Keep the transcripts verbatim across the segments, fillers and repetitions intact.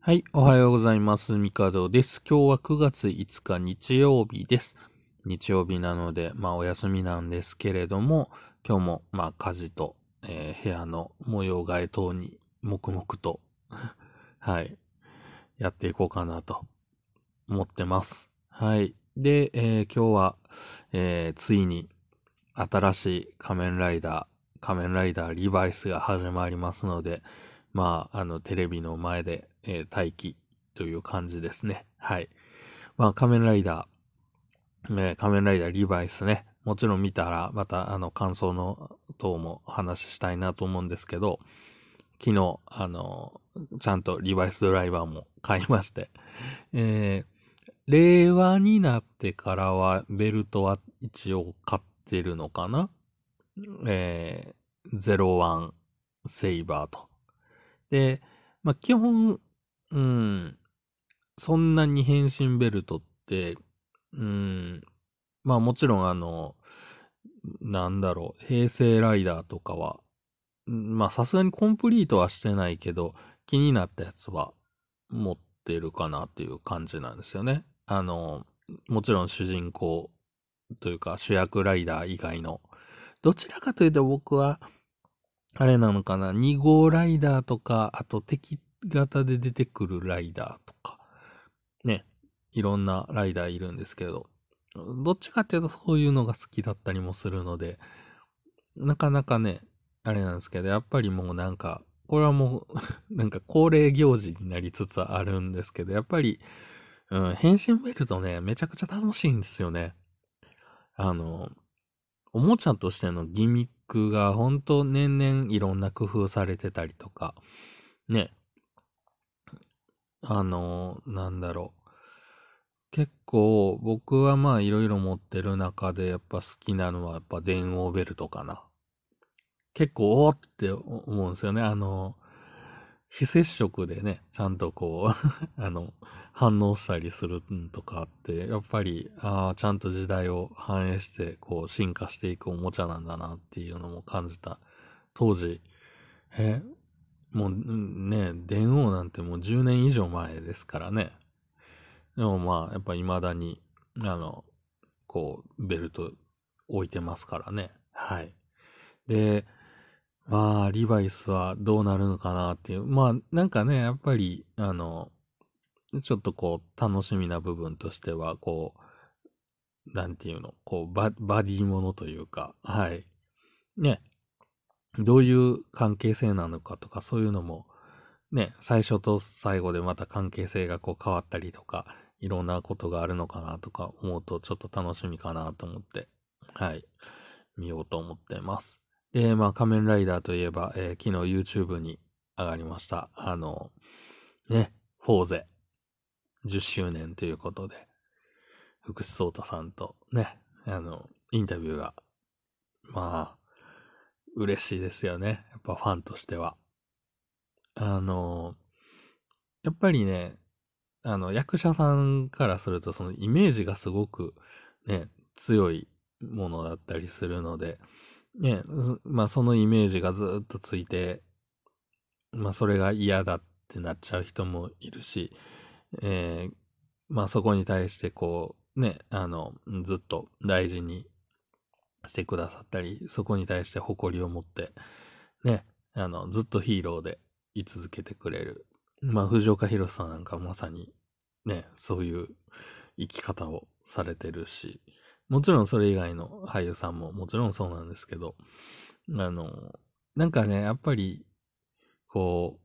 はい、おはようございます。ミカドです。今日はくがついつか日曜日です。日曜日なので、まあお休みなんですけれども、今日もまあ家事と、えー部屋の模様替え等に黙々と、はい、やっていこうかなと思ってます。はい。で、えー今日は、えーついに新しい仮面ライダー、仮面ライダーリバイスが始まりますので、まあ、あの、テレビの前で、えー待機という感じですね。はい。まあ、仮面ライダー、えー仮面ライダーリバイスね。もちろん見たら、また、あの、感想の等も話したいなと思うんですけど、昨日、あの、ちゃんとリバイスドライバーも買いまして、えー令和になってからは、ベルトは一応買ってるのかな。えー、ゼロワンセイバーと。で、まあ、基本、うん、そんなに変身ベルトって、うん、まあもちろんあの、なんだろう、平成ライダーとかは、んまあさすがにコンプリートはしてないけど、気になったやつは持ってるかなっていう感じなんですよね。あの、もちろん主人公というか主役ライダー以外の、どちらかというと僕はあれなのかな？ に 号ライダーとか、あと敵型で出てくるライダーとか、ね、いろんなライダーいるんですけど、どっちかっていうとそういうのが好きだったりもするので、なかなかね、あれなんですけど、やっぱりもうなんか、これはもうなんか恒例行事になりつつあるんですけど、やっぱり、うん、変身ベルトね、めちゃくちゃ楽しいんですよね。あの、おもちゃとしてのギミックがほんと年々いろんな工夫されてたりとか、ね、あの、なんだろう。結構僕はまあいろいろ持ってる中でやっぱ好きなのはやっぱ電王ベルトかな。結構おーって思うんですよね。あの、非接触でね、ちゃんとこうあの、反応したりするんとかって、やっぱり、ああ、ちゃんと時代を反映して、こう、進化していくおもちゃなんだなっていうのも感じた。当時、え、もうんね、電王なんてもうじゅうねん以上前ですからね。でもまあ、やっぱ未だに、あの、こう、ベルト置いてますからね。はい。で、まあ、リバイスはどうなるのかなっていう。まあ、なんかね、やっぱり、あの、ちょっとこう、楽しみな部分としては、こう、なんていうの、こう、バ、バディものというか、はい。ね、どういう関係性なのかとか、そういうのも、ね、最初と最後でまた関係性がこう変わったりとか、いろんなことがあるのかなとか思うと、ちょっと楽しみかなと思って、はい、見ようと思っています。で、まあ、仮面ライダーといえば、えー昨日 YouTube に上がりました。あの、ね、フォーゼじゅっしゅうねんということで、福士蒼太さんとね、あの、インタビューが、まあ、嬉しいですよね。やっぱファンとしては。あの、やっぱりね、あの、役者さんからすると、そのイメージがすごくね、強いものだったりするので、ね、そまあそのイメージがずっとついて、まあそれが嫌だってなっちゃう人もいるし、えーまあそこに対してこう、ね、あの、ずっと大事にしてくださったり、そこに対して誇りを持って、ね、あの、ずっとヒーローで居続けてくれる。まあ藤岡弘さんなんかまさに、ね、そういう生き方をされてるし、もちろんそれ以外の俳優さんももちろんそうなんですけど、あの、なんかね、やっぱり、こ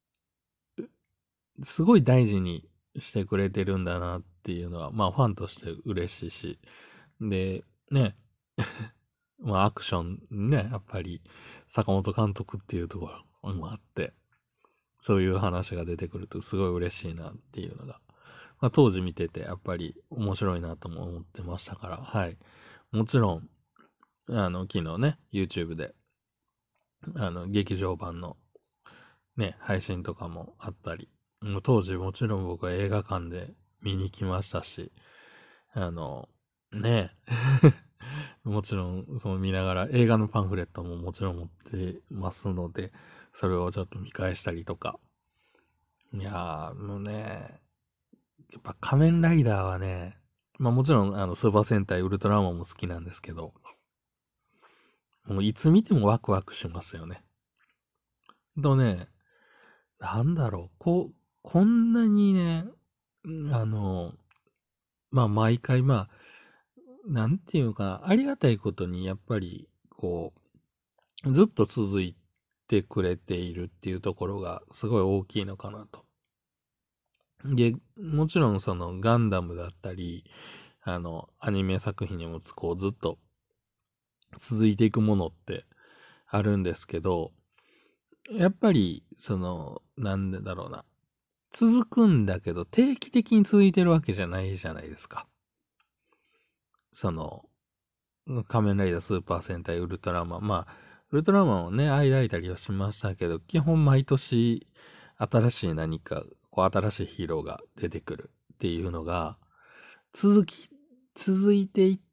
う、すごい大事にしてくれてるんだなっていうのは、まあファンとして嬉しいし、で、ね、まあアクションね、やっぱり坂本監督っていうところもあって、そういう話が出てくるとすごい嬉しいなっていうのが、まあ当時見ててやっぱり面白いなとも思ってましたから、はい。もちろん、あの、昨日ね、YouTube で、あの、劇場版のね、配信とかもあったり、もう当時もちろん僕は映画館で見に来ましたし、あの、ねもちろん、その見ながら映画のパンフレットももちろん持ってますので、それをちょっと見返したりとか、 いやー、もうね、やっぱ仮面ライダーはね、まあもちろんあのスーパー戦隊ウルトラマンも好きなんですけど、もういつ見てもワクワクしますよね。とね、なんだろう、こう、こんなにね、あの、まあ毎回まあ、なんていうか、ありがたいことにやっぱり、こう、ずっと続いてくれているっていうところがすごい大きいのかなと。で、もちろんそのガンダムだったり、あの、アニメ作品にもこうずっと続いていくものってあるんですけど、やっぱり、その、なんでだろうな。続くんだけど、定期的に続いてるわけじゃないじゃないですか。その、仮面ライダー、スーパー戦隊、ウルトラマン。まあ、ウルトラマンをね、間空いたりはしましたけど、基本毎年、新しい何か、こう、新しいヒーローが出てくるっていうのが、続き、続いていって、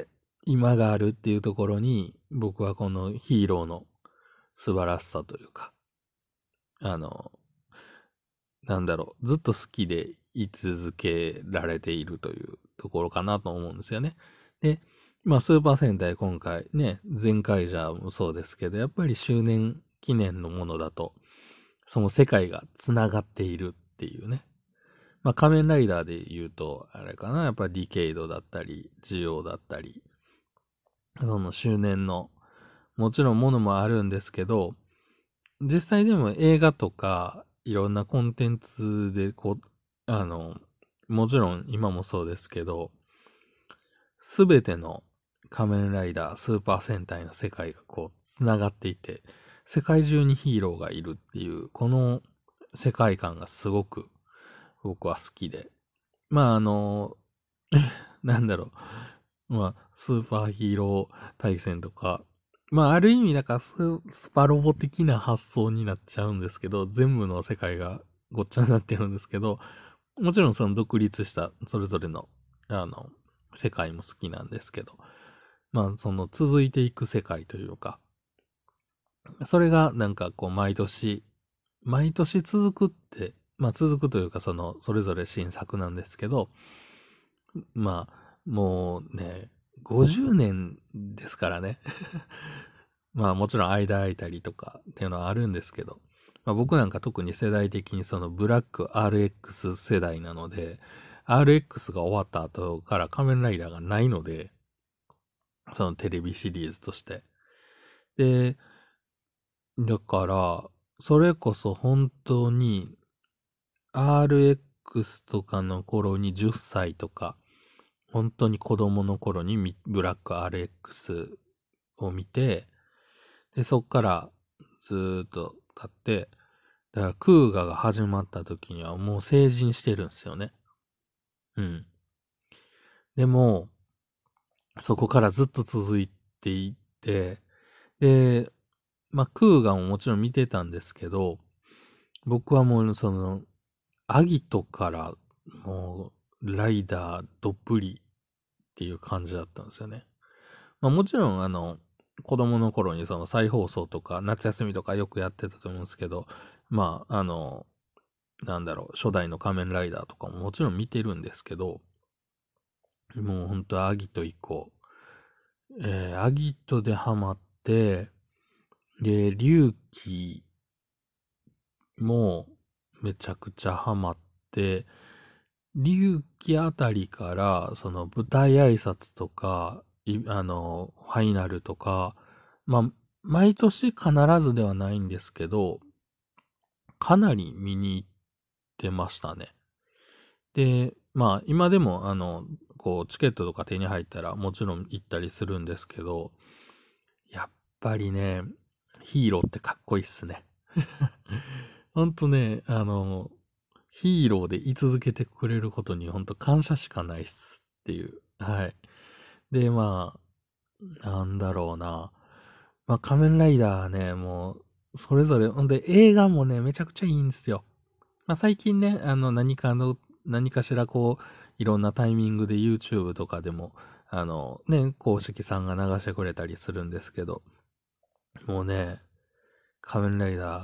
今があるっていうところに、僕はこのヒーローの素晴らしさというか、あの、なんだろう、ずっと好きで居続けられているというところかなと思うんですよね。で、まあ、スーパー戦隊今回ね、前回じゃもそうですけど、やっぱり周年記念のものだと、その世界が繋がっているっていうね。まあ、仮面ライダーで言うと、あれかな、やっぱりディケイドだったり、ジオだったり、その周年の、もちろんものもあるんですけど、実際でも映画とか、いろんなコンテンツで、こう、あの、もちろん今もそうですけど、すべての仮面ライダー、スーパー戦隊の世界がこう、繋がっていて、世界中にヒーローがいるっていう、この世界観がすごく僕は好きで。まあ、あの、なんだろう。まあ、スーパーヒーロー対戦とか、まあ、ある意味、だからス、スパロボ的な発想になっちゃうんですけど、全部の世界がごっちゃになってるんですけど、もちろんその独立したそれぞれの、あの、世界も好きなんですけど、まあ、その続いていく世界というか、それがなんかこう、毎年、毎年続くって、まあ続くというか、その、それぞれ新作なんですけど、まあ、もうね、ごじゅうねんですからね。まあもちろん間空いたりとかっていうのはあるんですけど、まあ僕なんか特に世代的にそのブラック アールエックス 世代なので、アールエックス が終わった後から仮面ライダーがないので、そのテレビシリーズとして。で、だから、それこそ本当に アールエックス とかの頃にじゅっさいとか、本当に子供の頃にブラック アールエックス を見て、で、そっからずーっと経って、だからクーガが始まった時にはもう成人してるんですよね。うん。でも、そこからずっと続いていって、で、まあ、クーガももちろん見てたんですけど、僕はもうその、アギトからもう、ライダーどっぷりっていう感じだったんですよね。まあもちろんあの、子供の頃にその再放送とか夏休みとかよくやってたと思うんですけど、まああの、なんだろう、初代の仮面ライダーとかももちろん見てるんですけど、もうほんとアギト以降、えー、アギトでハマって、で、龍騎もめちゃくちゃハマって、龍騎あたりから、その舞台挨拶とか、いあの、ファイナルとか、まあ、毎年必ずではないんですけど、かなり見に行ってましたね。で、まあ、今でも、あの、こう、チケットとか手に入ったらもちろん行ったりするんですけど、やっぱりね、ヒーローってかっこいいっすね。ほんとね、あの、ヒーローで居続けてくれることにほんと感謝しかないっすっていう。はい。で、まあ、なんだろうな。まあ、仮面ライダーね、もう、それぞれ、ほんで映画もね、めちゃくちゃいいんですよ。まあ、最近ね、あの、何かの、何かしらこう、いろんなタイミングで YouTube とかでも、あの、ね、公式さんが流してくれたりするんですけど、もうね、仮面ライダー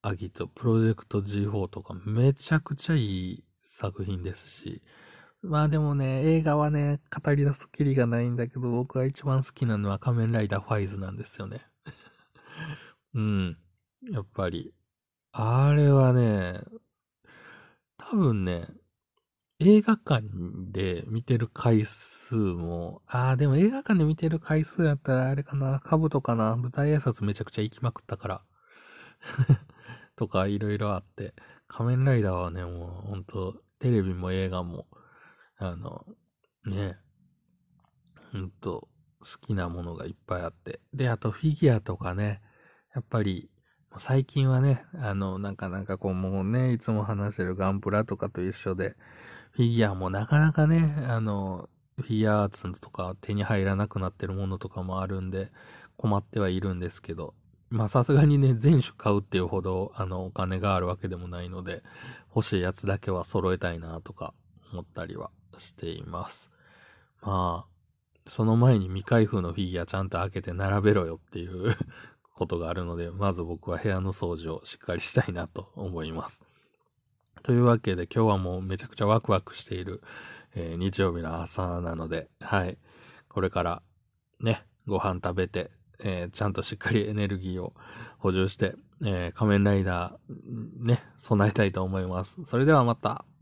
アギト、プロジェクト ジーフォー とかめちゃくちゃいい作品ですし、まあでもね、映画はね、語り出すきりがないんだけど、僕が一番好きなのは仮面ライダーファイズなんですよね。うん。やっぱり、あれはね、多分ね、映画館で見てる回数も、ああ、でも映画館で見てる回数やったらあれかな、カブトかな、舞台挨拶めちゃくちゃ行きまくったから、とかいろいろあって、仮面ライダーはね、もうほんと、テレビも映画も、あの、ね、ほんと、好きなものがいっぱいあって。で、あとフィギュアとかね、やっぱり、最近はね、あの、なんかなんかこうもうね、いつも話してるガンプラとかと一緒で、フィギュアもなかなかね、あの、フィギュアアーツとか手に入らなくなってるものとかもあるんで、困ってはいるんですけど、まあさすがにね、全種買うっていうほど、あの、お金があるわけでもないので、欲しいやつだけは揃えたいなとか思ったりはしています。まあ、その前に未開封のフィギュアちゃんと開けて並べろよっていうことがあるので、まず僕は部屋の掃除をしっかりしたいなと思います。というわけで今日はもうめちゃくちゃワクワクしている、えー日曜日の朝なので、はい。これからね、ご飯食べて、えーちゃんとしっかりエネルギーを補充して、えー仮面ライダー、ね、備えたいと思います。それではまた。